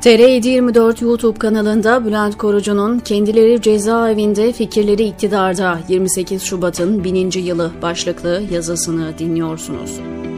TR724 YouTube kanalında Bülent Korucu'nun "Kendileri cezaevinde, fikirleri iktidarda, 28 Şubat'ın 1000. yılı" başlıklı yazısını dinliyorsunuz.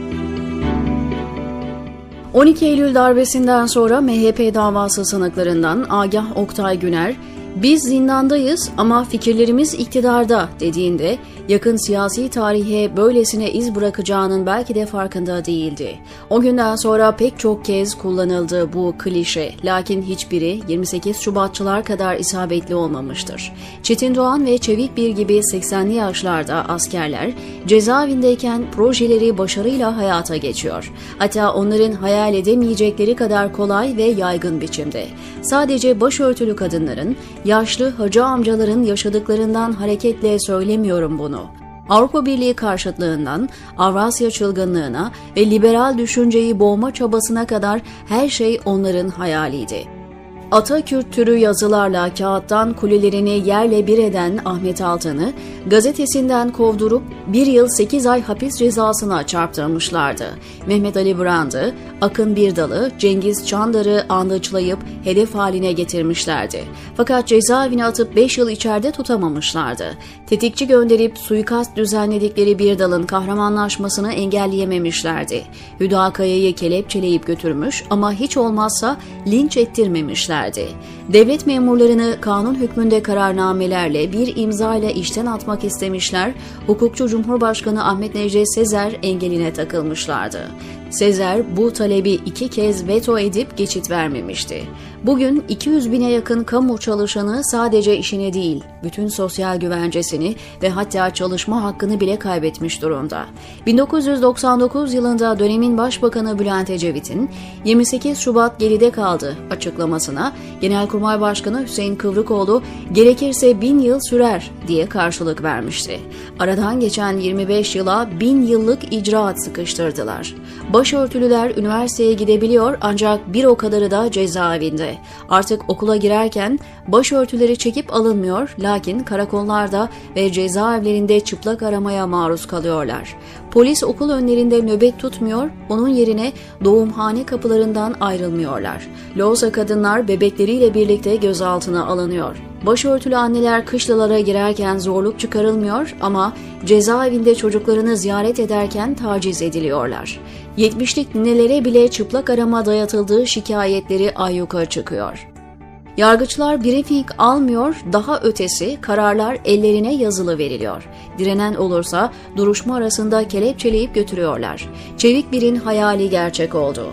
12 Eylül darbesinden sonra MHP davası sanıklarından Agah Oktay Güner, "Biz zindandayız ama fikirlerimiz iktidarda" dediğinde yakın siyasi tarihe böylesine iz bırakacağının belki de farkında değildi. O günden sonra pek çok kez kullanıldı bu klişe, lakin hiçbiri 28 Şubatçılar kadar isabetli olmamıştır. Çetin Doğan ve Çevik Bir gibi 80'li yaşlarda askerler cezaevindeyken projeleri başarıyla hayata geçiyor. Hatta onların hayal edemeyecekleri kadar kolay ve yaygın biçimde. Sadece başörtülü kadınların, yaşlı hacı amcaların yaşadıklarından hareketle söylemiyorum bunu. Avrupa Birliği karşıtlığından, Avrasya çılgınlığına ve liberal düşünceyi boğma çabasına kadar her şey onların hayaliydi. Atakürt türü yazılarla kağıttan kulelerini yerle bir eden Ahmet Altan'ı gazetesinden kovdurup 1 yıl 8 ay hapis cezasına çarptırmışlardı. Mehmet Ali Brand'ı, Akın Birdal'ı, Cengiz Çandar'ı andıçlayıp hedef haline getirmişlerdi. Fakat cezaevine atıp 5 yıl içeride tutamamışlardı. Tetikçi gönderip suikast düzenledikleri Birdal'ın kahramanlaşmasını engelleyememişlerdi. Hüdakaya'yı kelepçeleyip götürmüş ama hiç olmazsa linç ettirmemişlerdi. Devlet memurlarını kanun hükmünde kararnamelerle bir imzayla işten atmak istemişler, hukukçu Cumhurbaşkanı Ahmet Necdet Sezer engeline takılmışlardı. Sezer bu talebi 2 kez veto edip geçit vermemişti. Bugün 200 bine yakın kamu çalışanı sadece işini değil, bütün sosyal güvencesini ve hatta çalışma hakkını bile kaybetmiş durumda. 1999 yılında dönemin Başbakanı Bülent Ecevit'in 28 Şubat geride kaldı açıklamasına Genelkurmay Başkanı Hüseyin Kıvrıkoğlu "gerekirse 1000 yıl sürer" diye karşılık vermişti. Aradan geçen 25 yıla 1000 yıllık icraat sıkıştırdılar. Başörtülüler üniversiteye gidebiliyor ancak bir o kadarı da cezaevinde. Artık okula girerken başörtüleri çekip alınmıyor, lakin karakollarda ve cezaevlerinde çıplak aramaya maruz kalıyorlar. Polis okul önlerinde nöbet tutmuyor, onun yerine doğumhane kapılarından ayrılmıyorlar. Loğusa kadınlar bebekleriyle birlikte gözaltına alınıyor. Başörtülü anneler kışlalara girerken zorluk çıkarılmıyor ama cezaevinde çocuklarını ziyaret ederken taciz ediliyorlar. 70'lik ninelere bile çıplak arama dayatıldığı şikayetleri ayyuka çıkıyor. Yargıçlar briefing almıyor, daha ötesi kararlar ellerine yazılı veriliyor. Direnen olursa duruşma arasında kelepçeleyip götürüyorlar. Çevik Bir'in hayali gerçek oldu.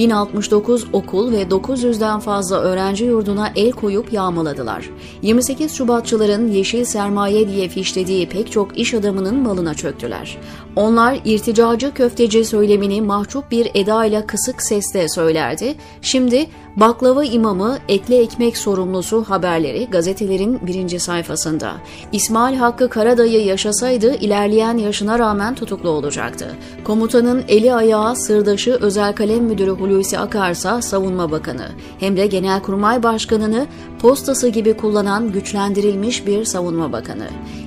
1069 okul ve 900'den fazla öğrenci yurduna el koyup yağmaladılar. 28 Şubatçıların yeşil sermaye diye fişlediği pek çok iş adamının malına çöktüler. Onlar irticacı köfteci söylemini mahcup bir edayla kısık sesle söylerdi. Şimdi baklava imamı, etli ekmek sorumlusu haberleri gazetelerin 1. sayfasında. İsmail Hakkı Karadayı yaşasaydı ilerleyen yaşına rağmen tutuklu olacaktı. Komutanın eli ayağı sırdaşı Özel Kalem Müdürü Hulusi Akarsa Savunma Bakanı, hem de Genelkurmay Başkanı'nı postası gibi kullanan güçlendirilmiş bir Savunma Bakanı.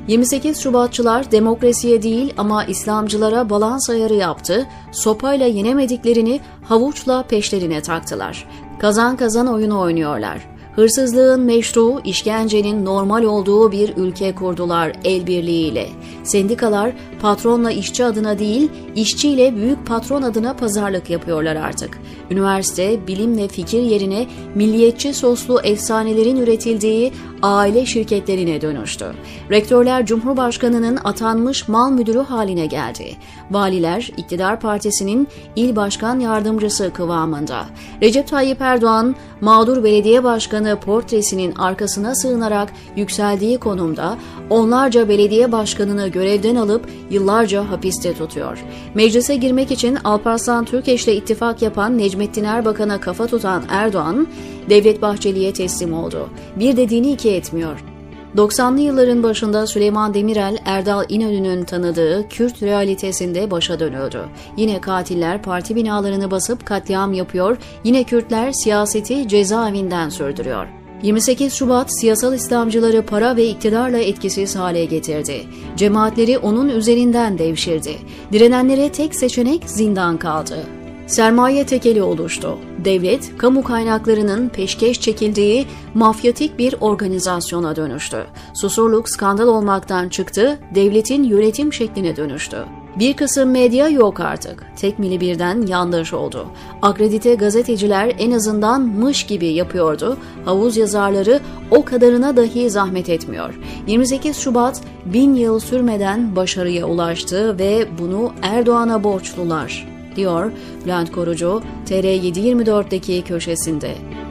28 Şubatçılar demokrasiye değil ama İslamcılara balans ayarı yaptı, sopayla yenemediklerini havuçla peşlerine taktılar. Kazan kazan oyunu oynuyorlar. Hırsızlığın meşru, işkencenin normal olduğu bir ülke kurdular el birliğiyle. Sendikalar patronla işçi adına değil, işçiyle büyük patron adına pazarlık yapıyorlar artık. Üniversite, bilim ve fikir yerine milliyetçi soslu efsanelerin üretildiği aile şirketlerine dönüştü. Rektörler Cumhurbaşkanı'nın atanmış mal müdürü haline geldi. Valiler, iktidar partisinin il başkan yardımcısı kıvamında. Recep Tayyip Erdoğan, mağdur belediye başkanı portresinin arkasına sığınarak yükseldiği konumda onlarca belediye başkanını görevden alıp yıllarca hapiste tutuyor. Meclise girmek için Alparslan Türkeş'le ittifak yapan Necmettin Erbakan'a kafa tutan Erdoğan, Devlet Bahçeli'ye teslim oldu. Bir dediğini iki etmiyor. 90'lı yılların başında Süleyman Demirel, Erdal İnönü'nün tanıdığı Kürt realitesinde başa dönüldü. Yine katiller parti binalarını basıp katliam yapıyor, yine Kürtler siyaseti cezaevinden sürdürüyor. 28 Şubat siyasal İslamcıları para ve iktidarla etkisiz hale getirdi. Cemaatleri onun üzerinden devşirdi. Direnenlere tek seçenek zindan kaldı. Sermaye tekeli oluştu. Devlet, kamu kaynaklarının peşkeş çekildiği mafyatik bir organizasyona dönüştü. Susurluk skandal olmaktan çıktı, devletin yönetim şekline dönüştü. Bir kısım medya yok artık. Tekmili birden yandaş oldu. Akredite gazeteciler en azından mış gibi yapıyordu. Havuz yazarları o kadarına dahi zahmet etmiyor. 28 Şubat 1000 yıl sürmeden başarıya ulaştı ve bunu Erdoğan'a borçlular, diyor Bülent Korucu TR724'deki köşesinde.